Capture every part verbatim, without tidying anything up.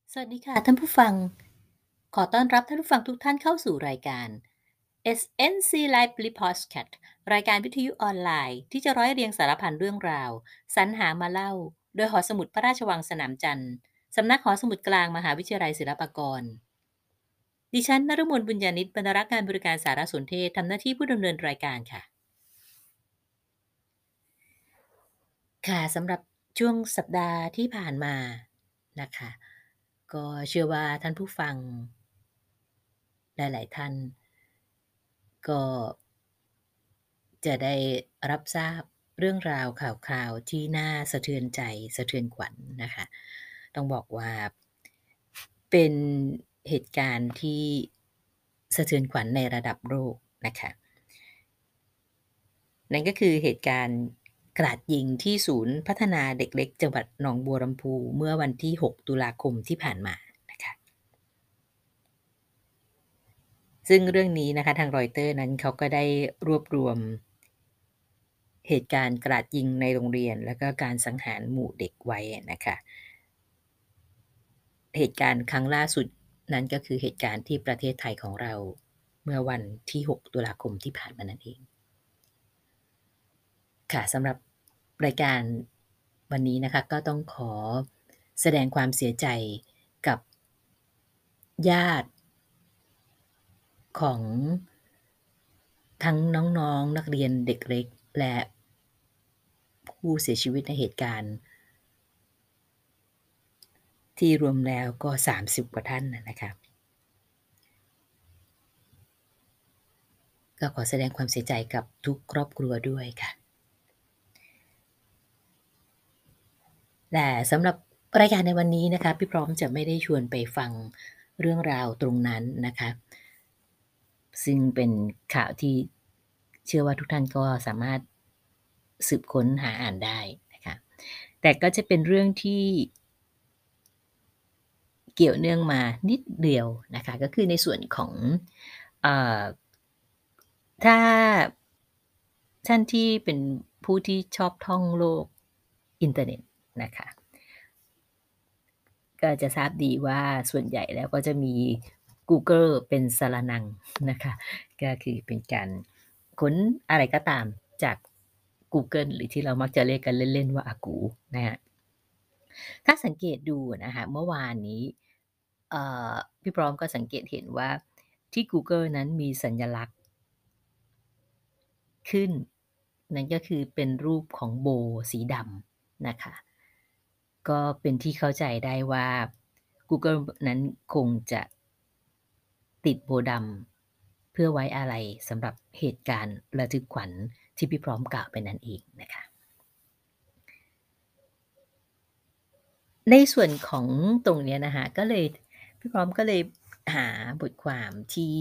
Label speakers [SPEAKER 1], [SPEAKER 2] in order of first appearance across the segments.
[SPEAKER 1] สวัสดีค่ะท่านผู้ฟัง ขอต้อนรับท่านผู้ฟังทุกท่านเข้าสู่รายการ เอส เอ็น ซี Lively Podcast รายการวิทยุออนไลน์ที่จะร้อยเรียงสารพันเรื่องราวสรรหามาเล่าโดยหอสมุดพระราชวังสนามจันทร์สำนักหอสมุดกลางมหาวิทยาลัยศิลปากรดิฉันนฤมลบุญญาณิตบรรณารักษ์การบริการสารสนเทศทำหน้าที่ผู้ดำเนินรายการค่ะค่ะสำหรับช่วงสัปดาห์ที่ผ่านมานะคะก็เชื่อว่าท่านผู้ฟังหลายๆท่านก็จะได้รับทราบเรื่องราวข่าวคราวที่น่าสะเทือนใจสะเทือนขวัญนะคะต้องบอกว่าเป็นเหตุการณ์ที่สะเทือนขวัญในระดับโลกนะคะนั่นก็คือเหตุการณ์กราดยิงที่ศูนย์พัฒนาเด็กเล็กจังหวัดหนองบัวลำพูเมื่อวันที่หกตุลาคมที่ผ่านมานะคะซึ่งเรื่องนี้นะคะทาง Reuters นั้นเขาก็ได้รวบรวมเหตุการณ์กราดยิงในโรงเรียนแล้วก็การสังหารหมู่เด็กไว้อะนะคะเหตุการณ์ครั้งล่าสุดนั้นก็คือเหตุการณ์ที่ประเทศไทยของเราเมื่อวันที่หกตุลาคมที่ผ่านมานั่นเองค่ะสำหรับรายการวันนี้นะคะก็ต้องขอแสดงความเสียใจกับญาติของทั้งน้องๆนักเรียนเด็กเล็กและผู้เสียชีวิตในเหตุการณ์ที่รวมแล้วก็สามสิบกว่าท่านน่ะนะคะก็ขอแสดงความเสียใจกับทุกครอบครัวด้วยค่ะแต่สำหรับรายการในวันนี้นะคะพี่พร้อมจะไม่ได้ชวนไปฟังเรื่องราวตรงนั้นนะคะซึ่งเป็นข่าวที่เชื่อว่าทุกท่านก็สามารถสืบค้นหาอ่านได้นะคะแต่ก็จะเป็นเรื่องที่เกี่ยวเนื่องมานิดเดียวนะคะก็คือในส่วนของเอ่อถ้าท่านที่เป็นผู้ที่ชอบท่องโลกอินเทอร์เน็ตนะคะก็จะทราบดีว่าส่วนใหญ่แล้วก็จะมีกูเกิลเป็นสรนังนะคะก็คือเป็นการค้นอะไรก็ตามจากกูเกิลหรือที่เรามักจะเรียกกันเล่นๆว่าอากูนะคะถ้าสังเกตดูนะคะเมื่อวานนี้เอ่อพี่พร้อมก็สังเกตเห็นว่าที่กูเกิลนั้นมีสัญลักษณ์ขึ้นนั่นก็คือเป็นรูปของโบสีดำนะคะก็เป็นที่เข้าใจได้ว่ากูเกิลนั้นคงจะติดโบดำเพื่อไว้อาลัยสำหรับเหตุการณ์ระทึกขวัญที่พี่พร้อมกล่าวไปนั่นเองนะคะในส่วนของตรงเนี้ยนะคะก็เลยพี่พร้อมก็เลยหาบทความที่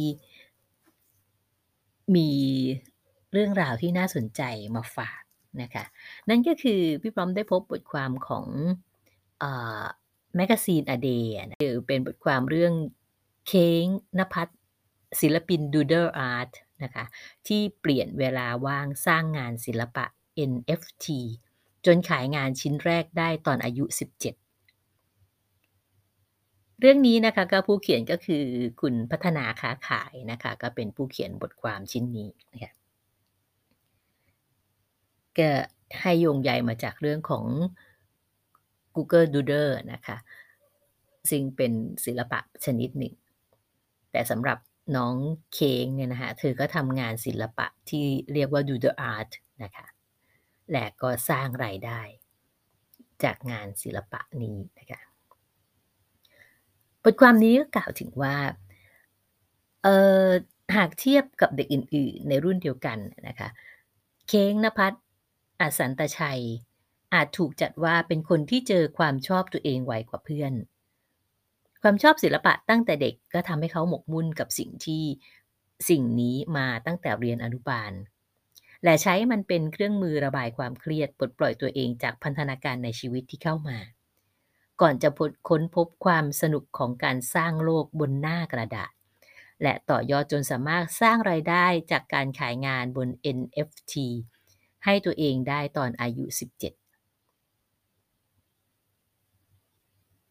[SPEAKER 1] มีเรื่องราวที่น่าสนใจมาฝากนะคะนั่นก็คือพี่พร้อมได้พบบทความของอ่าแมกาซีน A Day อะนะคือเป็นบทความเรื่องเค้งนภัสศิลปิน Doodle Art นะคะที่เปลี่ยนเวลาว่างสร้างงานศิลปะ เอ็น เอฟ ที จนขายงานชิ้นแรกได้ตอนอายุสิบเจ็ดเรื่องนี้นะคะก็ผู้เขียนก็คือคุณพัฒนาค้าขายนะคะก็เป็นผู้เขียนบทความชิ้นนี้นะคะ ก็ให้โยงใยมาจากเรื่องของ Google Doodle นะคะซึ่งเป็นศิลปะชนิดหนึ่งแต่สำหรับน้องเค้งเนี่ยนะคะเธอก็ทำงานศิลปะที่เรียกว่า Doodle Art นะคะและก็สร้างรายได้จากงานศิลปะนี้นะคะบทความนี้ก็กล่าวถึงว่าเอ่อหากเทียบกับเด็กอื่นๆในรุ่นเดียวกันนะคะเค้งนภัสอสันตชัยอาจถูกจัดว่าเป็นคนที่เจอความชอบตัวเองไวกว่าเพื่อน ความชอบศิลปะตั้งแต่เด็กก็ทำให้เขาหมกมุ่นกับสิ่งที่สิ่งนี้มาตั้งแต่เรียนอนุบาลและใช้มันเป็นเครื่องมือระบายความเครียดปลดปล่อยตัวเองจากพันธนาการในชีวิตที่เข้ามาก่อนจะพดค้นพบความสนุกของการสร้างโลกบนหน้ากระดาษและต่อยอดจนสามารถสร้างรายได้จากการขายงานบน เอ็น เอฟ ที ให้ตัวเองได้ตอนอายุสิบเจ็ด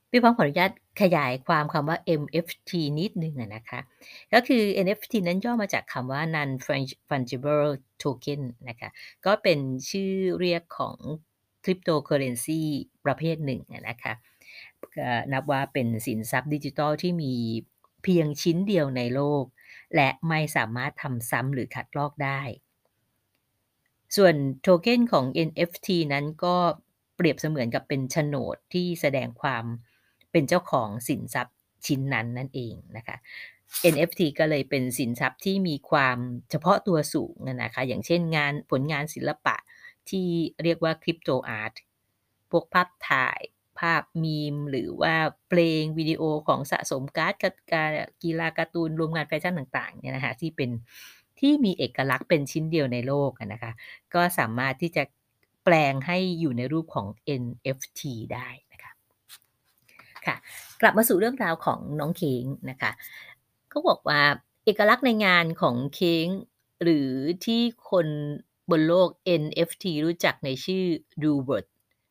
[SPEAKER 1] พี่พร้อมขออนุญาตขยายความคำว่า เอ็น เอฟ ที นิดหนึ่งอะนะคะ ก็คือ เอ็น เอฟ ที นั้นย่อมาจากคำว่า Non-Fungible Token นะคะ ก็เป็นชื่อเรียกของ Cryptocurrency ประเภทหนึ่งอะนะคะ ก็นับว่าเป็นสินทรัพย์ดิจิทัลที่มีเพียงชิ้นเดียวในโลก และไม่สามารถทำซ้ำหรือขัดลอกได้ ส่วนโทเค็นของ เอ็น เอฟ ที นั้นก็เปรียบเสมือนกับเป็นโฉนดที่แสดงความเป็นเจ้าของสินทรัพย์ชิ้นนั้นนั่นเองนะคะ เอ็น เอฟ ที ก็เลยเป็นสินทรัพย์ที่มีความเฉพาะตัวสูงอะนะคะ อย่างเช่นงานผลงานศิลปะที่เรียกว่า Crypto Art พวกภาพถ่าย ภาพ Meme หรือว่าเพลง วิดีโอของสะสมการ์ด ก กา กีฬาการ์ตูน รวมงานแฟชั่นต่าง ๆ เนี่ยนะคะ ที่เป็นที่มีเอกลักษณ์เป็นชิ้นเดียวในโลกอะนะคะ ก็สามารถที่จะแปลงให้อยู่ในรูปของ เอ็น เอฟ ที ได้นะคะ ค่ะ กลับมาสู่เรื่องราวของน้องเค้งนะคะ เขาบอกว่าเอกลักษณ์ในงานของเค้ง หรือที่คนบนโลก เอ็น เอฟ ที รู้จักในชื่อ Doodlebird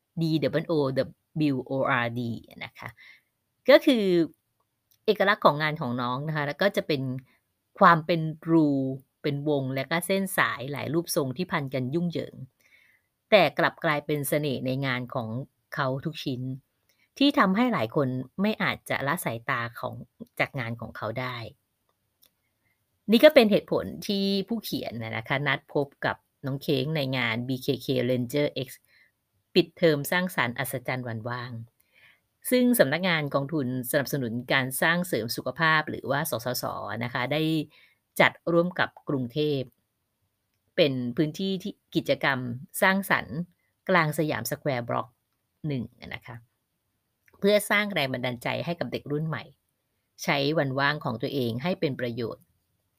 [SPEAKER 1] D-O-O-W-O-R-D อะนะคะ ก็คือเอกลักษณ์ของงานของน้องนะคะ แล้วก็จะเป็นความเป็นรูเป็นวง และก็เส้นสายหลายรูปทรงที่พันกันยุ่งเหยิง แต่กลับกลายเป็นเสน่ห์ในงานของเขาทุกชิ้น ที่ทำให้หลายคนไม่อาจจะละสายตาของ จากงานของเขาได้ นี่ก็เป็นเหตุผลที่ผู้เขียนอะนะคะนัดพบกับน้องเค้งในงาน บี เค เค Ranger X ปิดเทอมสร้างสรรค์อัศจรรย์วันว่าง ซึ่งสำนักงานกองทุนสนับสนุนการสร้างเสริมสุขภาพ หรือว่า สสส. นะคะ ได้จัดร่วมกับกรุงเทพ เป็นพื้นที่ที่กิจกรรมสร้างสรรค์กลางสยามสแควร์บล็อก หนึ่ง อะนะคะ เพื่อสร้างแรงบันดาลใจให้กับเด็กรุ่นใหม่ ใช้วันว่างของตัวเองให้เป็นประโยชน์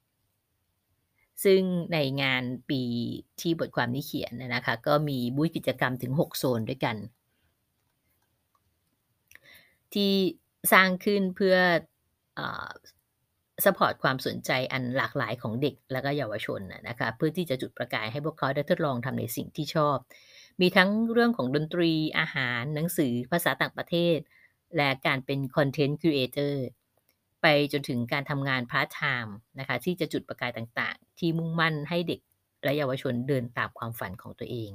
[SPEAKER 1] ซึ่งในงานปีที่บทความนี้เขียนอะนะคะ ก็มีบูธกิจกรรมถึง หก โซนด้วยกัน ที่สร้างขึ้นเพื่อ อ่า ซัปพอร์ตความสนใจอันหลากหลายของเด็กและก็เยาวชนอะนะคะ เพื่อที่จะจุดประกายให้พวกเขาได้ทดลองทำในสิ่งที่ชอบ มีทั้งเรื่องของดนตรี อาหาร หนังสือ ภาษาต่างประเทศ และการเป็น Content Creator ไปจนถึงการทำงานพาร์ตไทม์นะคะ ที่จะจุดประกายต่าง ๆ ที่มุ่งมั่นให้เด็กและเยาวชนเดินตามความฝันของตัวเอง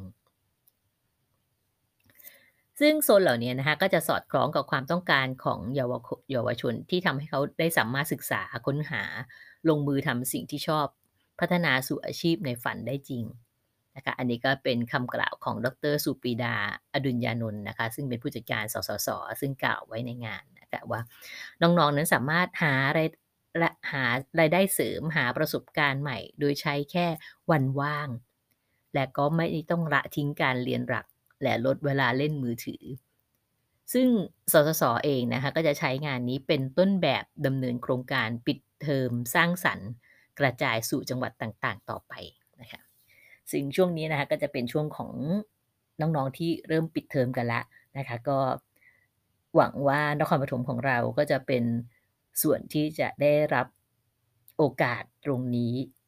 [SPEAKER 1] ซึ่งโซนเหล่าเนี้ยนะคะ ก็จะสอดคล้องกับความต้องการของเยาวค เยาวชนที่ทำให้เขาได้สามารถศึกษา ค้นหา ลงมือทำสิ่งที่ชอบ พัฒนาสู่อาชีพในฝันได้จริงนะคะ อันนี้ก็เป็นคำกล่าวของ ดร. สุปรีดา อดุลยานนท์นะคะ ซึ่งเป็นผู้จัดการ สสส. ซึ่งกล่าวไว้ในงานนะคะว่า น้อง ๆ นั้นสามารถหาราย และหารายได้เสริม หาประสบการณ์ใหม่ โดยใช้แค่วันว่าง และก็ไม่ต้องละทิ้งการเรียนหลัก และลดเวลาเล่นมือถือ ซึ่ง สสส. เองนะคะ ก็จะใช้งานนี้เป็นต้นแบบดำเนินโครงการปิดเทอมสร้างสรรค์ กระจายสู่จังหวัดต่าง ๆ ต่อไปนะคะ ซึ่งช่วงนี้นะคะ ก็จะเป็นช่วงของน้อง ๆ ที่เริ่มปิดเทอมกันแล้วนะคะ ก็หวังว่านครปฐมของเราก็จะเป็นส่วนที่จะได้รับโอกาสตรงนี้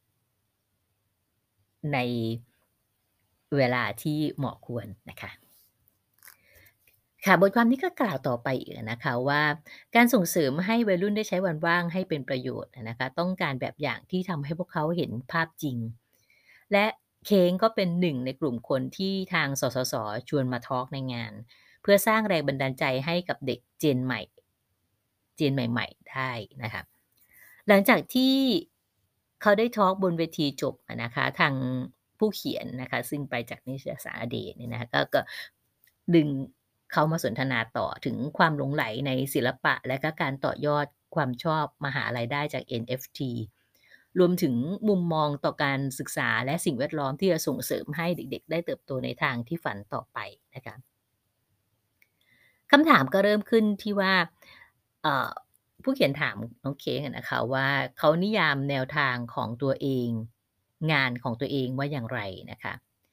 [SPEAKER 1] ในเวลาที่เหมาะควรนะคะ ค่ะ บทความนี้ก็กล่าวต่อไปอีกอะนะคะว่า การส่งเสริมให้วัยรุ่นได้ใช้วันว่างให้เป็นประโยชน์อะนะคะ ต้องการแบบอย่างที่ทำให้พวกเขาเห็นภาพจริง และเค้งก็เป็นหนึ่งในกลุ่มคนที่ทาง สสส. ชวนมาทอล์กในงาน เพื่อสร้างแรงบันดาลใจให้กับเด็ก Gen ใหม่ Gen ใหม่ ๆ ได้นะคะ หลังจากที่เขาได้ทอล์กบนเวทีจบอะนะคะ ทางผู้เขียนนะคะ ซึ่งไปจากนิตยสาร A Day เนี่ยนะคะ ก็ ก็ดึงเขามาสนทนาต่อถึงความหลงใหลในศิลปะ และก็การต่อยอดความชอบมาหารายได้จาก เอ็น เอฟ ที รวมถึงมุมมองต่อการศึกษา และสิ่งแวดล้อมที่จะส่งเสริมให้เด็ก ๆ ได้เติบโตในทางที่ฝันต่อไปนะคะ คำถามก็เริ่มขึ้นที่ว่า เอ่อ ผู้เขียนถามน้องเค้กอะนะคะว่า เขานิยามแนวทางของตัวเอง งานของตัวเองว่าอย่างไรนะคะ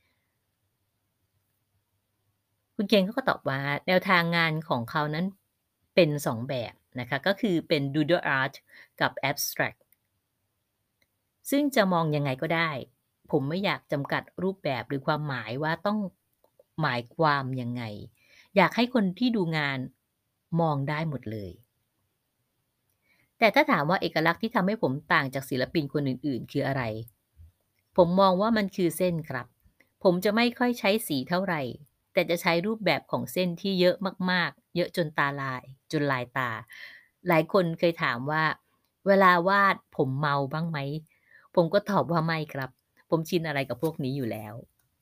[SPEAKER 1] คุณเค้งเขาก็ตอบว่า แนวทางงานของเขานั้นเป็น สอง แบบนะคะ ก็คือเป็น Doodle Art กับ แอบสแตรกต์ ซึ่งจะมองยังไงก็ได้ ผมไม่อยากจำกัดรูปแบบหรือความหมายว่าต้องหมายความยังไง อยากให้คนที่ดูงานมองได้หมดเลย แต่ถ้าถามว่าเอกลักษณ์ที่ทำให้ผมต่างจากศิลปินคนอื่นๆคืออะไร ผมมองว่ามันคือเส้นครับ ผมจะไม่ค่อยใช้สีเท่าไร แต่จะใช้รูปแบบของเส้นที่เยอะมากๆ เยอะจนตาลาย จนลายตา หลายคนเคยถามว่า เวลาวาดผมเมาบ้างไหม? ผมก็ตอบว่าไม่ครับ ผมชินอะไรกับพวกนี้อยู่แล้ว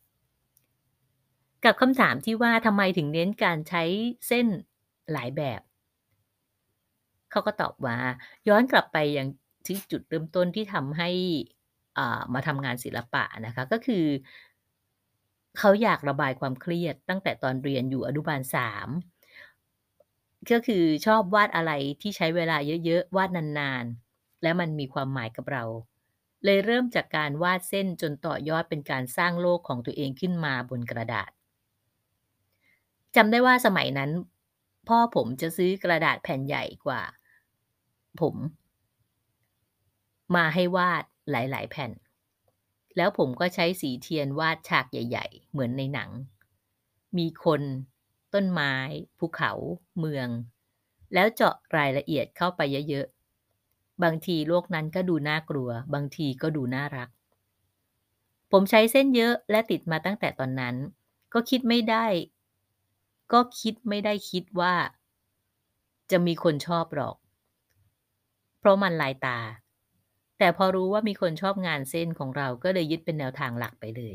[SPEAKER 1] กับคำถามที่ว่า ทำไมถึงเน้นการใช้เส้นหลายแบบ เขาก็ตอบว่า ย้อนกลับไปยังที่จุดเริ่มต้นที่ทำให้ อ่า มาทำงานศิลปะอะนะคะ ก็คือ เขาอยากระบายความเครียดตั้งแต่ตอนเรียนอยู่อนุบาล สาม ก็คือชอบวาดอะไรที่ใช้เวลาเยอะ ๆ วาดนาน ๆ แล้วมันมีความหมายกับเรา เลยเริ่มจากการวาดเส้นจนต่อยอดเป็นการสร้างโลกของตัวเองขึ้นมาบนกระดาษ จำได้ว่าสมัยนั้น พ่อผมจะซื้อกระดาษแผ่นใหญ่กว่า ผม มาให้วาดหลาย ๆ แผ่น แล้วผมก็ใช้สีเทียนวาดฉากใหญ่ ๆ เหมือนในหนัง มีคน ต้นไม้ ภูเขา เมือง แล้วเจาะรายละเอียดเข้าไปเยอะ ๆ บางทีโลกนั้นก็ดูน่ากลัว บางทีก็ดูน่ารัก ผมใช้เส้นเยอะและติดมาตั้งแต่ตอนนั้น ก็คิดไม่ได้ ก็คิดไม่ได้คิดว่า จะมีคนชอบหรอก เพราะมันลายตา แต่พอรู้ว่ามีคนชอบงานเส้นของเรา ก็เลยยึดเป็นแนวทางหลักไปเลย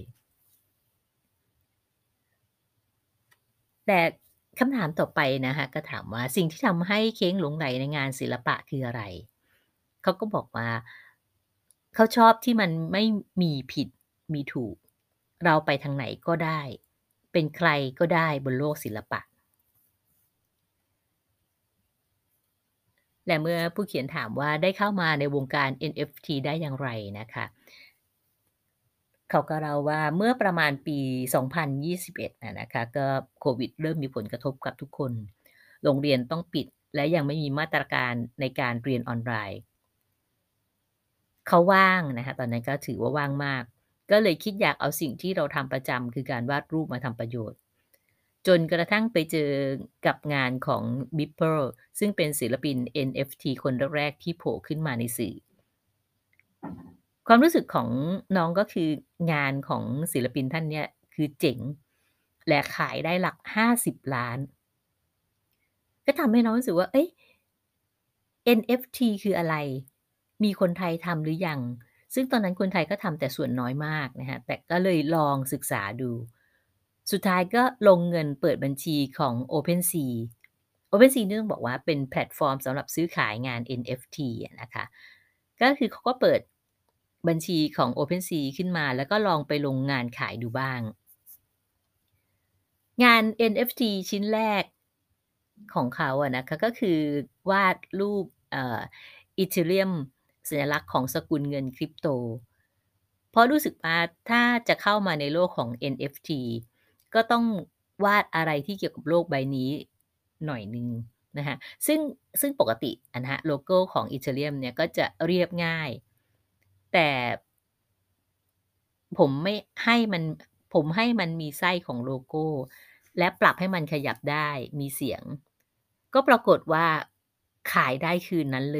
[SPEAKER 1] แต่คำถามต่อไปนะคะ ก็ถามว่า สิ่งที่ทำให้เค้กหลงใหลในงานศิลปะคืออะไร? เขาก็บอกว่า เขาชอบที่มันไม่มีผิดมีถูก เราไปทางไหนก็ได้ เป็นใครก็ได้บนโลกศิลปะ และเมื่อผู้เขียนถามว่า ได้เข้ามาในวงการ เอ็น เอฟ ที ได้อย่างไรนะคะ เขาก็เล่าว่า เมื่อประมาณปี สองพันยี่สิบเอ็ด อะนะคะ ก็โควิดเริ่มมีผลกระทบกับทุกคน โรงเรียนต้องปิด และยังไม่มีมาตรการในการเรียนออนไลน์ เขาว่างนะคะ ตอนนั้นก็ถือว่าว่างมาก ก็เลยคิดอยากเอาสิ่งที่เราทำประจำ คือการวาดรูปมาทำประโยชน์ จนกระทั่งไปเจอกับงานของ Beeple ซึ่งเป็นศิลปิน เอ็น เอฟ ที คนแรก ๆ ที่โผล่ขึ้นมาในสื่อ ความรู้สึกของน้อง ก็คืองานของศิลปินท่านเนี้ยคือเจ๋ง และขายได้หลัก ห้าสิบล้าน ก็ทำให้น้องรู้สึกว่า เอ๊ะ เอ็น เอฟ ที คืออะไร? มีคนไทยทำหรือยัง? ซึ่งตอนนั้นคนไทยก็ทำแต่ส่วนน้อยมากนะคะ แต่ก็เลยลองศึกษาดู สุดท้ายก็ลงเงินเปิดบัญชีของ OpenSea OpenSea นี่ต้องบอกว่าเป็นแพลตฟอร์มสำหรับซื้อขายงาน เอ็น เอฟ ที อะนะคะ ก็คือเขาก็เปิดบัญชีของ OpenSea ขึ้นมา แล้วก็ลองไปลงงานขายดูบ้าง งาน เอ็น เอฟ ที ชิ้นแรกของเขาอะนะคะ ก็คือวาดรูป เอ่อ Ethereum สัญลักษณ์ของสกุลเงิน Crypto เพราะรู้สึกว่า ถ้าจะเข้ามาในโลกของ เอ็น เอฟ ที ก็ต้องวาดอะไรที่เกี่ยวกับโลกใบนี้หน่อยหนึ่งนะคะ ซึ่ง ซึ่งปกติอะนะคะ โลโกของ Ethereum เนี่ยก็จะเรียบง่าย แต่ ผมไม่ให้มัน ผมให้มันมีไส้ของโลโก และปรับให้มันขยับได้ มีเสียง ก็ปรากฏว่าขายได้คืนนั้นเลย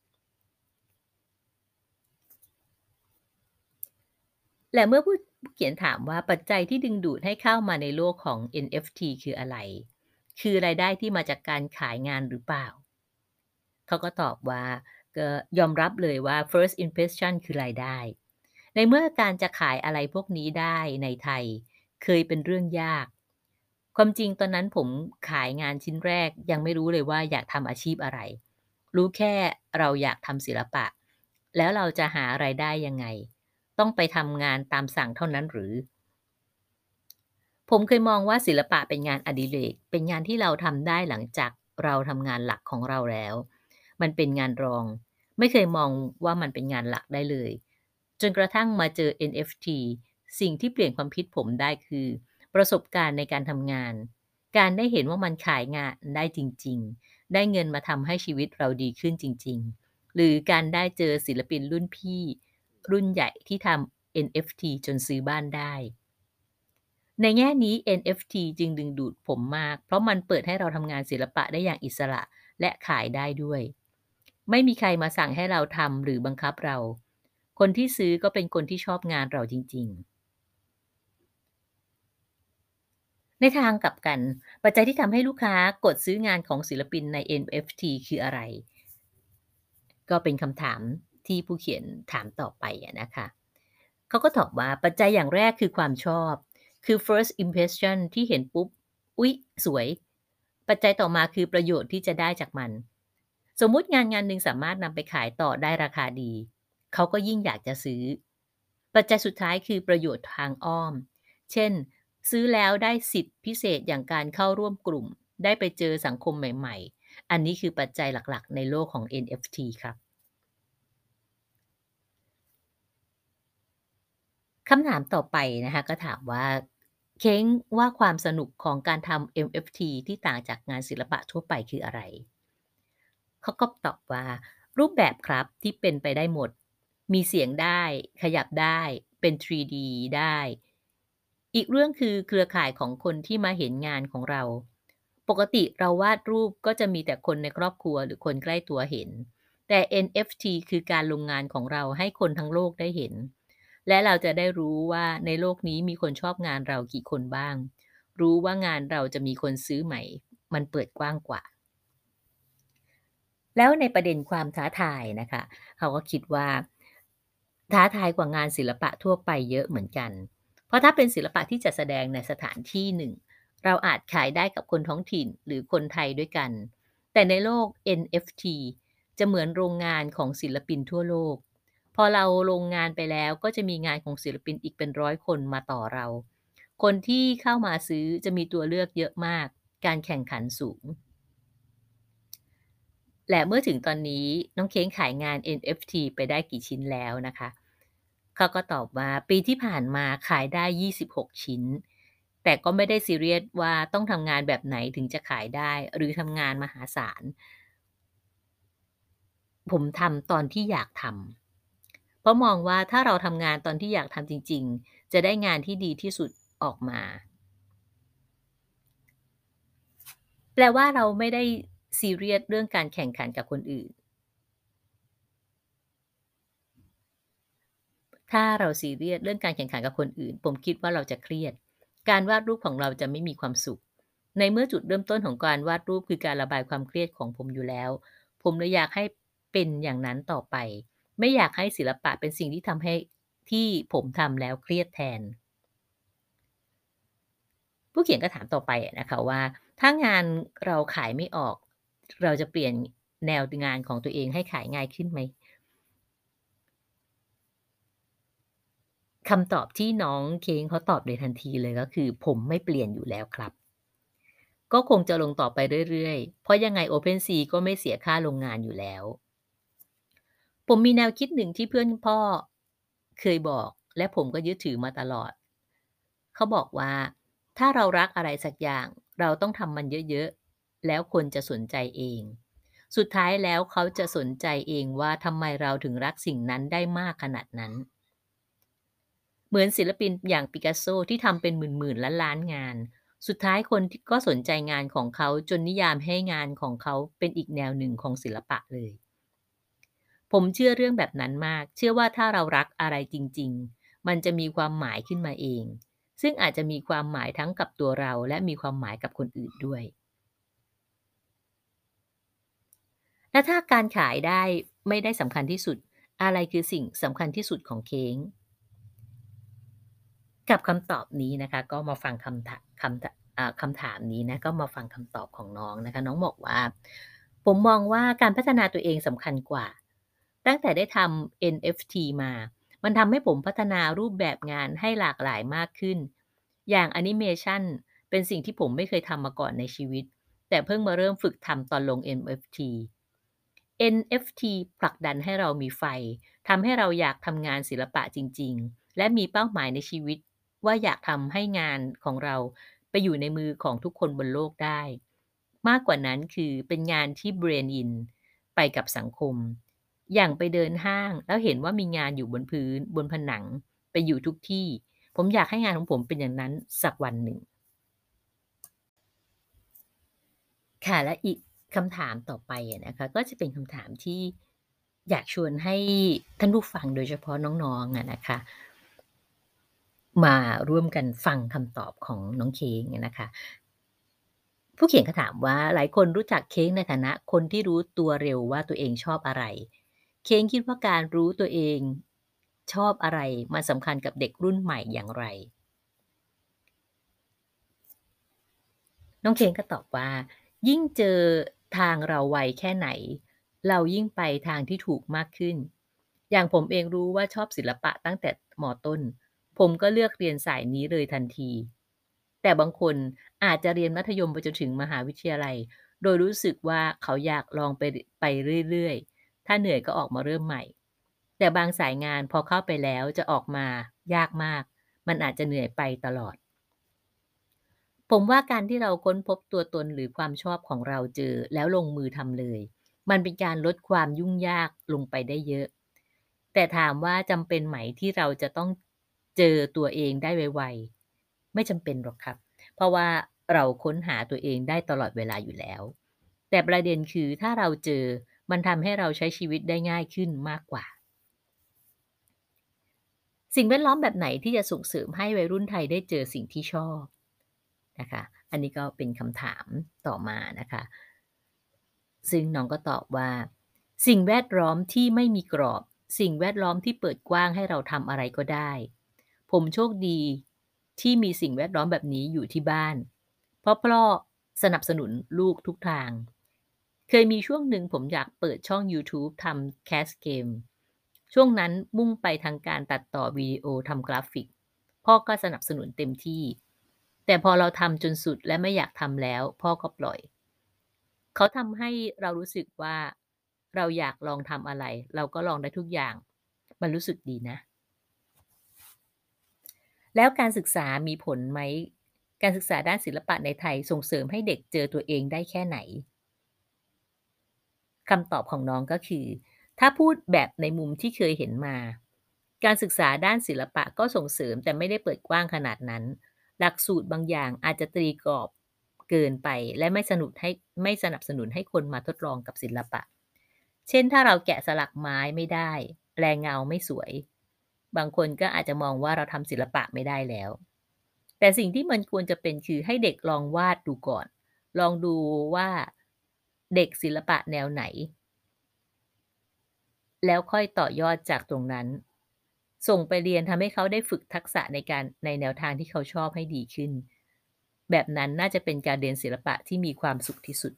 [SPEAKER 1] และเมื่อผู้ ผู้เขียนถามว่า ปัจจัยที่ดึงดูดให้เข้ามาในโลกของ เอ็น เอฟ ที คืออะไร? คือรายได้ที่มาจากการขายงานหรือเปล่า? เขาก็ตอบว่า ก็ยอมรับเลยว่า First impression คือรายได้ ในเมื่อการจะขายอะไรพวกนี้ได้ในไทยเคยเป็นเรื่องยาก ความจริงตอนนั้นผมขายงานชิ้นแรก ยังไม่รู้เลยว่าอยากทำอาชีพอะไร รู้แค่เราอยากทำศิลปะ แล้วเราจะหารายได้ยังไง ต้องไปทำงานตามสั่งเท่านั้นหรือ? ผมเคยมองว่าศิลปะเป็นงานอดิเรก เป็นงานที่เราทำได้หลังจากเราทำงานหลักของเราแล้ว มันเป็นงานรอง ไม่เคยมองว่ามันเป็นงานหลักได้เลย จนกระทั่งมาเจอ เอ็น เอฟ ที สิ่งที่เปลี่ยนความคิดผมได้คือ ประสบการณ์ในการทำงาน การได้เห็นว่ามันขายงานได้จริง ๆ ได้เงินมาทำให้ชีวิตเราดีขึ้นจริง ๆ หรือการได้เจอศิลปินรุ่นพี่รุ่นใหญ่ที่ทำ เอ็น เอฟ ที จนซื้อบ้านได้ในแง่นี้ เอ็น เอฟ ที จึงดึงดูดผมมาก เพราะมันเปิดให้เราทำงานศิลปะได้อย่างอิสระและขายได้ด้วย ไม่มีใครมาสั่งให้เราทำหรือบังคับเรา คนที่ซื้อก็เป็นคนที่ชอบงานเราจริง ๆ ในทางกลับกัน ปัจจัยที่ทำให้ลูกค้ากดซื้องานของศิลปินใน เอ็น เอฟ ที คืออะไร? ก็เป็นคำถามที่ผู้เขียนถามต่อไปอะนะคะ เขาก็ตอบว่า ปัจจัยอย่างแรกคือความชอบ คือ First Impression ที่เห็นปุ๊บ อุ๊ย สวย ปัจจัยต่อมาคือประโยชน์ที่จะได้จากมัน สมมุติงานงานหนึ่งสามารถนำไปขายต่อได้ราคาดี เขาก็ยิ่งอยากจะซื้อ ปัจจัยสุดท้ายคือประโยชน์ทางอ้อม เช่น ซื้อแล้วได้สิทธิพิเศษอย่างการเข้าร่วมกลุ่ม ได้ไปเจอสังคมใหม่ ๆ อันนี้คือปัจจัยหลัก ๆ ในโลกของ เอ็น เอฟ ที ครับ คำถามต่อไปนะคะ ก็ถามว่า เค้งว่าความสนุกของการทำ เอ็น เอฟ ที ที่ต่างจากงานศิลปะทั่วไปคืออะไร? เขาก็ตอบว่า รูปแบบครับที่เป็นไปได้หมด มีเสียงได้ ขยับได้ เป็น ทรี ดี ได้ อีกเรื่องคือเครือข่ายของคนที่มาเห็นงานของเรา ปกติเราวาดรูปก็จะมีแต่คนในครอบครัวหรือคนใกล้ตัวเห็น แต่ เอ็น เอฟ ที คือการลงงานของเราให้คนทั้งโลกได้เห็น และเราจะได้รู้ว่าในโลกนี้มีคนชอบงานเรากี่คนบ้าง รู้ว่างานเราจะมีคนซื้อไหม มันเปิดกว้างกว่า แล้วในประเด็นความท้าทายนะคะ เขาก็คิดว่า ท้าทายกว่างานศิลปะทั่วไปเยอะเหมือนกัน เพราะถ้าเป็นศิลปะที่จัดแสดงในสถานที่หนึ่ง เราอาจขายได้กับคนท้องถิ่นหรือคนไทยด้วยกัน แต่ในโลก เอ็น เอฟ ที จะเหมือนโรงงานของศิลปินทั่วโลก พอเราลงงานไปแล้ว ก็จะมีงานของศิลปินอีกเป็น ร้อย คนมาต่อเรา คนที่เข้ามาซื้อจะมีตัวเลือกเยอะมาก การแข่งขันสูง และเมื่อถึงตอนนี้น้องเค้งขายงาน เอ็น เอฟ ที ไปได้กี่ชิ้นแล้วนะคะ เขาก็ตอบว่า ปีที่ผ่านมาขายได้ ยี่สิบหก ชิ้น แต่ก็ไม่ได้ซีเรียสว่าต้องทำงานแบบไหนถึงจะขายได้ หรือทำงานมหาศาล ผมทำตอนที่อยากทำ เพราะมองว่าถ้าเราทำงานตอนที่อยากทำจริง ๆ จะได้งานที่ดีที่สุดออกมา แปลว่าเราไม่ได้ซีเรียสเรื่องการแข่งขันกับคนอื่น ถ้าเราซีเรียสเรื่องการแข่งขันกับคนอื่น ผมคิดว่าเราจะเครียด การวาดรูปของเราจะไม่มีความสุข ในเมื่อจุดเริ่มต้นของการวาดรูปคือการระบายความเครียดของผมอยู่แล้ว ผมเลยอยากให้เป็นอย่างนั้นต่อไป ไม่อยากให้ศิลปะเป็นสิ่งที่ทำให้ ที่ผมทำแล้วเครียดแทน ผู้เขียนก็ถามต่อไปอะนะคะว่า ถ้างานเราขายไม่ออก เราจะเปลี่ยนแนว ด งานของตัวเองให้ขายง่ายขึ้นไหม? คำตอบที่น้องเค้งเขาตอบในทันทีเลย ก็คือ "ผมไม่เปลี่ยนอยู่แล้วครับ" ก็คงจะลงต่อไปเรื่อย ๆ เพราะยังไง OpenSea ก็ไม่เสียค่าลงงานอยู่แล้ว ผมมีแนวคิดหนึ่งที่เพื่อนพ่อเคยบอก และผมก็ยึดถือมาตลอด เขาบอกว่า "ถ้าเรารักอะไรสักอย่าง เราต้องทำมันเยอะ ๆ แล้วคนจะสนใจเอง สุดท้ายแล้วเขาจะสนใจเองว่า ทำไมเราถึงรักสิ่งนั้นได้มากขนาดนั้น" เหมือนศิลปินอย่างปิกัสโซที่ทำเป็นหมื่น ๆ ล้าน ๆ งาน สุดท้ายคน ท ก็สนใจงานของเขาจนนิยามให้งานของเขาเป็นอีกแนวหนึ่งของศิลปะเลย ผมเชื่อเรื่องแบบนั้นมาก เชื่อว่าถ้าเรารักอะไรจริง ๆ มันจะมีความหมายขึ้นมาเอง ซึ่งอาจจะมีความหมายทั้งกับตัวเรา และมีความหมายกับคนอื่นด้วย แล้วถ้าการขายได้ไม่ได้สำคัญที่สุด อะไรคือสิ่งสำคัญที่สุดของเค้ง? กับคำตอบนี้นะคะ ก็มาฟังคำถะ คำถะ อ่า คำถามนี้นะ ก็มาฟังคำตอบของน้องนะคะ น้องบอกว่า "ผมมองว่าการพัฒนาตัวเองสำคัญกว่า ตั้งแต่ได้ทำ เอ็น เอฟ ที มา มันทำให้ผมพัฒนารูปแบบงานให้หลากหลายมากขึ้น อย่างแอนิเมชันเป็นสิ่งที่ผมไม่เคยทำมาก่อนในชีวิต แต่เพิ่งมาเริ่มฝึกทำตอนลง เอ็น เอฟ ที เอ็น เอฟ ที ผลักดันให้เรามีไฟ ทำให้เราอยากทำงานศิลปะจริง ๆ และมีเป้าหมายในชีวิตว่าอยากทำให้งานของเราไปอยู่ในมือของทุกคนบนโลกได้ มากกว่านั้นคือเป็นงานที่ Blend in ไปกับสังคม อย่างไปเดินห้างแล้วเห็นว่ามีงานอยู่บนพื้น บนผนัง ไปอยู่ทุกที่ผมอยากให้งานของผมเป็นอย่างนั้นสักวันหนึ่ง ค่ะ และอีกคำถามต่อไปอะนะคะ ก็จะเป็นคำถามที่อยากชวนให้ท่านผู้ฟัง โดยเฉพาะน้อง ๆ อะนะคะ มาร่วมกันฟังคำตอบของน้องเค้กอะนะคะ ผู้เขียนเขาถามว่า หลายคนรู้จักเค้กในฐานะคนที่รู้ตัวเร็วว่าตัวเองชอบอะไร เค้กคิดว่าการรู้ตัวเองชอบอะไร มันสำคัญกับเด็กรุ่นใหม่อย่างไร? น้องเค้กก็ตอบว่า ยิ่งเจอทางเราไวแค่ไหน เรายิ่งไปทางที่ถูกมากขึ้น อย่างผมเองรู้ว่าชอบศิลปะตั้งแต่ ม.ต้น ผมก็เลือกเรียนสายนี้เลยทันที แต่บางคนอาจจะเรียนมัธยมไปจนถึงมหาวิทยาลัย โดยรู้สึกว่าเขาอยากลองไป ร ไปเรื่อย ๆ ถ้าเหนื่อยก็ออกมาเริ่มใหม่ แต่บางสายงานพอเข้าไปแล้วจะออกมายากมาก มันอาจจะเหนื่อยไปตลอด ผมว่าการที่เราค้นพบตัวตน หรือความชอบของเราเจอ แล้วลงมือทำเลย มันเป็นการลดความยุ่งยากลงไปได้เยอะ แต่ถามว่าจำเป็นไหมที่เราจะต้องเจอตัวเองได้ไว ๆ ไม่จำเป็นหรอกครับ เพราะว่าเราค้นหาตัวเองได้ตลอดเวลาอยู่แล้ว แต่ประเด็นคือถ้าเราเจอ มันทำให้เราใช้ชีวิตได้ง่ายขึ้นมากกว่า สิ่งแวดล้อมแบบไหนที่จะส่งเสริมให้วัยรุ่นไทยได้เจอสิ่งที่ชอบ? นะคะ อันนี้ก็เป็นคำถามต่อมานะคะ ซึ่งน้องก็ตอบว่า สิ่งแวดล้อมที่ไม่มีกรอบ สิ่งแวดล้อมที่เปิดกว้างให้เราทำอะไรก็ได้ ผมโชคดีที่มีสิ่งแวดล้อมแบบนี้อยู่ที่บ้าน เพราะพ่อสนับสนุนลูกทุกทาง เคยมีช่วงหนึ่งผมอยากเปิดช่องยูทูบทำ Cast Game ช่วงนั้นมุ่งไปทางการตัดต่อวิดีโอ ทำกราฟิก พ่อก็สนับสนุนเต็มที่ แต่พอเราทำจนสุดและไม่อยากทำแล้ว พ่อก็ปล่อย เขาทำให้เรารู้สึกว่า เราอยากลองทำอะไร เราก็ลองได้ทุกอย่าง มันรู้สึกดีนะ แล้วการศึกษามีผลไหม? การศึกษาด้านศิลปะในไทยส่งเสริมให้เด็กเจอตัวเองได้แค่ไหน? คำตอบของน้องก็คือ ถ้าพูดแบบในมุมที่เคยเห็นมา การศึกษาด้านศิลปะก็ส่งเสริม แต่ไม่ได้เปิดกว้างขนาดนั้น หลักสูตรบางอย่างอาจจะตีกรอบเกินไป และไม่สนุดให้ ไม่สนับสนุนให้คนมาทดลองกับศิลปะ เช่น ถ้าเราแกะสลักไม้ไม่ได้ แรงเงาไม่สวย บางคนก็อาจจะมองว่าเราทำศิลปะไม่ได้แล้ว แต่สิ่งที่มันควรจะเป็น คือให้เด็กลองวาดดูก่อน ลองดูว่าเด็กศิลปะแนวไหน แล้วค่อยต่อยอดจากตรงนั้น ส่งไปเรียนทำให้เขาได้ฝึกทักษะในการ ในแนวทางที่เขาชอบให้ดีขึ้น แบบนั้นน่าจะเป็นการเรียนศิลปะที่มีความสุขที่สุด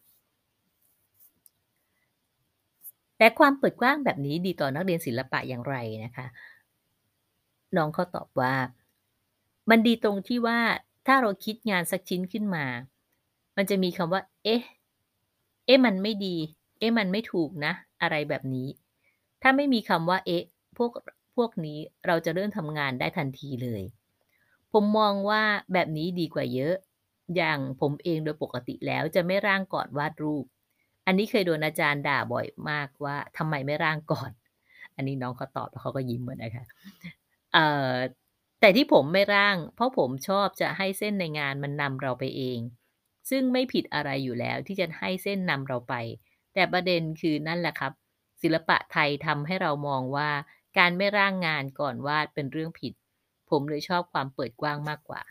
[SPEAKER 1] แต่ความเปิดกว้างแบบนี้ดีต่อนักเรียนศิลปะอย่างไรนะคะ? น้องเขาตอบว่า มันดีตรงที่ว่า ถ้าเราคิดงานสักชิ้นขึ้นมา มันจะมีคำว่า เอ๊ะ เอ๊ะ มันไม่ดี เอ๊ะ มันไม่ถูกนะ อะไรแบบนี้ ถ้าไม่มีคำว่า เอ๊ะ พวก ร พวกนี้เราจะเริ่มทำงานได้ทันทีเลย ผมมองว่าแบบนี้ดีกว่าเยอะ อย่างผมเองโดยปกติแล้วจะไม่ร่างก่อนวาดรูป อันนี้เคยโดนอาจารย์ด่าบ่อยมากว่า "ทำไมไม่ร่างก่อน?" อันนี้น้องเขาตอบ แล้วเขาก็ยิ้มอะนะคะ เอ่อ แต่ที่ผมไม่ร่าง เพราะผมชอบจะให้เส้นในงานมันนำเราไปเอง ซึ่งไม่ผิดอะไรอยู่แล้วที่จะให้เส้นนำเราไป แต่ประเด็นคือนั่นแหละครับ ศิลปะไทยทำให้เรามองว่า การไม่ร่างงานก่อนวาดเป็นเรื่องผิด ผมเลยชอบความเปิดกว้างมากกว่า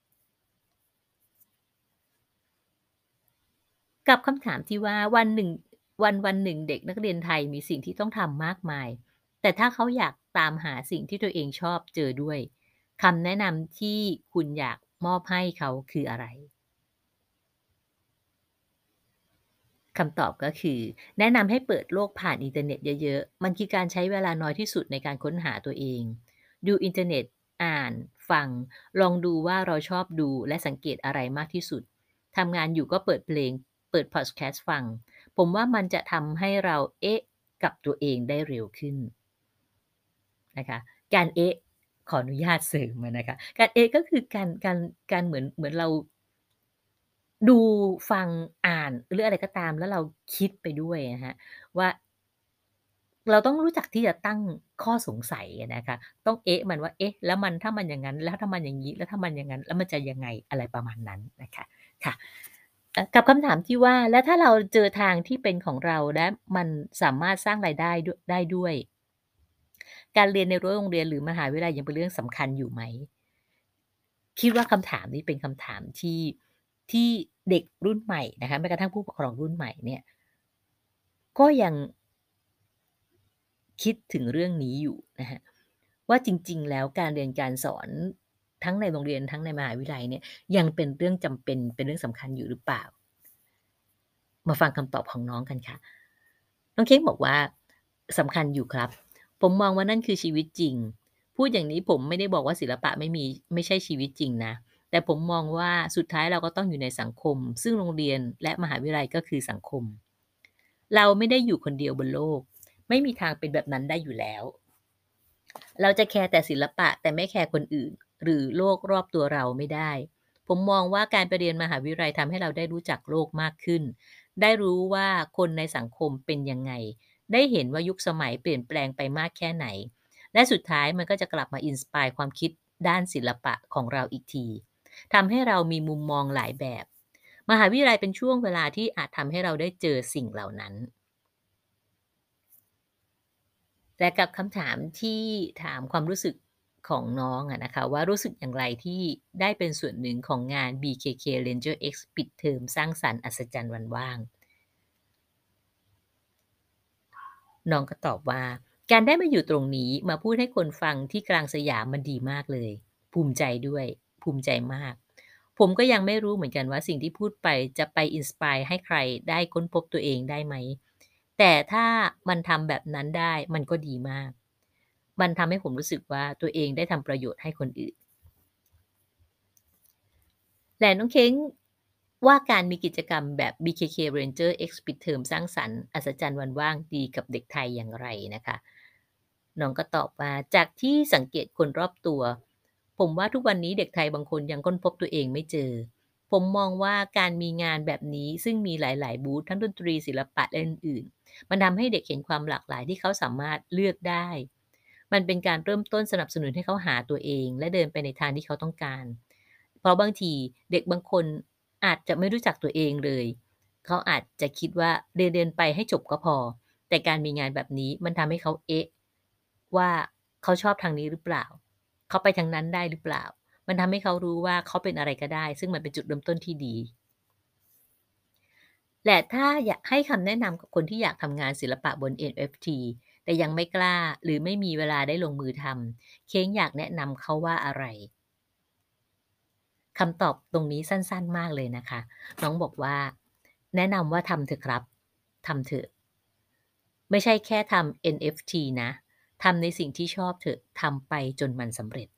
[SPEAKER 1] กับคำถามที่ว่า วันหนึ่ง วัน วันหนึ่งเด็กนักเรียนไทยมีสิ่งที่ต้องทำมากมาย แต่ถ้าเขาอยากตามหาสิ่งที่ตัวเองชอบเจอด้วย คำแนะนำที่คุณอยากมอบให้เขาคืออะไร? คำตอบก็คือ แนะนำให้เปิดโลกผ่านอินเทอร์เน็ตเยอะ ๆ มันคือการใช้เวลาน้อยที่สุดในการค้นหาตัวเอง ดูอินเทอร์เน็ต อ่าน ฟัง ลองดูว่าเราชอบดูและสังเกตอะไรมากที่สุด ทำงานอยู่ก็เปิดเพลง เปิดพอดแคสต์ฟัง ผมว่ามันจะทำให้เรา เอ๊ะ กับตัวเองได้เร็วขึ้น นะคะ การ เอ๊ะ ขออนุญาตเสริมอะนะคะ การ เอ๊ะ ก็คือการ การ การเหมือน เหมือนเรา ดู ฟัง อ่าน หรืออะไรก็ตาม แล้วเราคิดไปด้วยอะครับว่าเราต้องรู้จักที่จะตั้งข้อสงสัยอะนะคะ ต้องเอ๊ะมันว่า เอ๊ะ แล้วมัน ถ้ามันอย่างงั้น แล้วถ้ามันอย่างงี้ แล้วถ้ามันอย่างงั้น แล้วมันจะยังไง อะไรประมาณนั้นนะคะ ค่ะ เอ่อ กับคำถามที่ว่า แล้วถ้าเราเจอทางที่เป็นของเรา และมันสามารถสร้างรายได้ ด ได้ด้วย การเรียนในรั้วโรงเรียนหรือมหาวิทยาลัยยังเป็นเรื่องสำคัญอยู่ไหม? คิดว่าคำถามนี้เป็นคำถามที่ ที่เด็กรุ่นใหม่นะคะ แม้กระทั่งผู้ปกครองรุ่นใหม่เนี่ย ก็ยัง คิดถึงเรื่องนี้อยู่นะคะว่า จริง ๆ แล้วการเรียนการสอนทั้งในโรงเรียน ทั้งในมหาวิทยาลัยเนี่ย ยังเป็นเรื่องจำเป็น เป็นเรื่องสำคัญอยู่หรือเปล่า? มาฟังคำตอบของน้องกันค่ะ น้องเค้กบอกว่า "สำคัญอยู่ครับ ผมมองว่านั่นคือชีวิตจริง พูดอย่างนี้ผมไม่ได้บอกว่าศิลปะไม่มี ไม่ใช่ชีวิตจริงนะ แต่ผมมองว่าสุดท้ายเราก็ต้องอยู่ในสังคม ซึ่งโรงเรียนและมหาวิทยาลัยก็คือสังคม เราไม่ได้อยู่คนเดียวบนโลก ไม่มีทางเป็นแบบนั้นได้อยู่แล้ว เราจะแคร์แต่ศิลปะ แต่ไม่แคร์คนอื่น หรือโลกรอบตัวเราไม่ได้ ผมมองว่าการไปเรียนมหาวิทยาลัยทำให้เราได้รู้จักโลกมากขึ้น ได้รู้ว่าคนในสังคมเป็นยังไง ได้เห็นว่ายุคสมัยเปลี่ยนแปลงไปมากแค่ไหน และสุดท้ายมันก็จะกลับมา inspire ความคิดด้านศิลปะของเราอีกที ทำให้เรามีมุมมองหลายแบบ มหาวิทยาลัยเป็นช่วงเวลาที่อาจทำให้เราได้เจอสิ่งเหล่านั้น" แต่กับคำถามที่ถามความรู้สึกของน้องอะนะคะว่า รู้สึกอย่างไรที่ได้เป็นส่วนหนึ่งของงาน บี เค เค Ranger X ปิดเทอมสร้างสรรค์อัศจรรย์วันว่าง น้องก็ตอบว่า "การได้มาอยู่ตรงนี้ มาพูดให้คนฟังที่กลางสยามมันดีมากเลย ภูมิใจด้วย ภูมิใจมาก ผมก็ยังไม่รู้เหมือนกันว่า สิ่งที่พูดไปจะไป inspire ให้ใครได้ค้นพบตัวเองได้ไหม แต่ถ้ามันทำแบบนั้นได้มันก็ดีมาก มันทำให้ผมรู้สึกว่า ตัวเองได้ทำประโยชน์ให้คนอื่น" แต่น้องเค้งว่าการมีกิจกรรมแบบ บี เค เค Ranger X ปิดเทอมสร้างสรรค์อัศจรรย์วันว่างดีกับเด็กไทยอย่างไรนะคะ น้องก็ตอบว่า "จากที่สังเกตคนรอบตัว ผมว่าทุกวันนี้เด็กไทยบางคนยังค้นพบตัวเองไม่เจอ ผมมองว่าการมีงานแบบนี้ซึ่งมีหลาย ๆ บูธ ทั้งดนตรี ศิลปะและอื่น ๆ มันทำให้เด็กเห็นความหลากหลายที่เขาสามารถเลือกได้ มันเป็นการเริ่มต้นสนับสนุนให้เขาหาตัวเอง และเดินไปในทางที่เขาต้องการ เพราะบางทีเด็กบางคนอาจจะไม่รู้จักตัวเองเลย เขาอาจจะคิดว่าเรียน ๆ ไปให้จบก็พอ แต่การมีงานแบบนี้มันทำให้เขา เอ๊ะ ว่าเขาชอบทางนี้หรือเปล่า เขาไปทางนั้นได้หรือเปล่า มันทำให้เขารู้ว่าเขาเป็นอะไรก็ได้ ซึ่งมันเป็นจุดเริ่มต้นที่ดี และถ้าอยากให้คำแนะนำกับคนที่อยากทำงานศิลปะบน เอ็น เอฟ ที แต่ยังไม่กล้า หรือไม่มีเวลาได้ลงมือทำ เค้งอยากแนะนำเขาว่าอะไร? คำตอบตรงนี้สั้น ๆ มากเลยนะคะ น้องบอกว่า "แนะนำว่าทำเถอะครับ ทำเถอะ ไม่ใช่แค่ทำ เอ็น เอฟ ที นะ ทำในสิ่งที่ชอบเถอะ ทำไปจนมันสำเร็จ"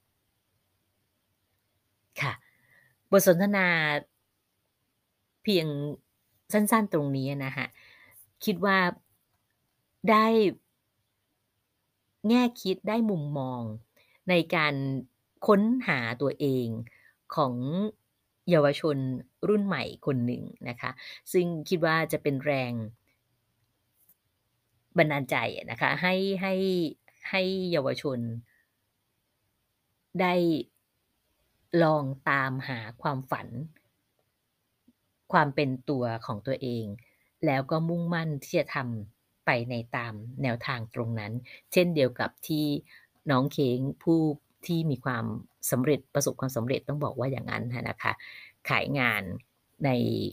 [SPEAKER 1] ค่ะ บทสนทนา เพียงสั้น ๆ ตรงนี้อะนะคะ คิดว่า ได้ แง่คิด ได้มุมมองในการค้นหาตัวเองของเยาวชนรุ่นใหม่คนหนึ่งนะคะ ซึ่งคิดว่าจะเป็นแรง บันดาลใจอะนะคะ ให้ ให้ ให้เยาวชน ได้ลองตามหาความฝัน ความเป็นตัวของตัวเอง แล้วก็มุ่งมั่นที่จะทำไปในตามแนวทางตรงนั้น เช่นเดียวกับที่น้องเค้ง ผู้ที่มีความสำเร็จ ประสบความสำเร็จ ต้องบอกว่าอย่างงั้นอะนะคะ ขายงานใน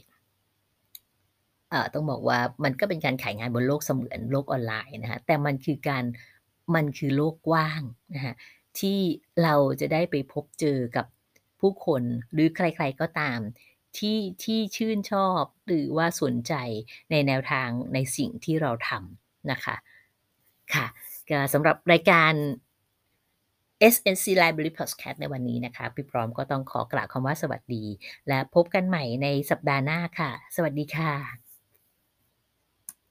[SPEAKER 1] เอ่อ ต้องบอกว่า มันก็เป็นการขายงานบนโลกเสมือน โลกออนไลน์นะคะ แต่มันคือการ มันคือโลกกว้างนะคะ ที่เราจะได้ไปพบเจอกับผู้คน หรือใคร ๆ ก็ตามที่ ที่ชื่นชอบ หรือว่าสนใจในแนวทาง ในสิ่งที่เราทำนะคะ ค่ะ ก็สำหรับรายการ เอส เอส ซี Library Podcast ในวันนี้นะคะ พี่พร้อมก็ต้องขอกล่าวคำว่าสวัสดี และพบกันใหม่ในสัปดาห์หน้าค่ะ สวัสดีค่ะ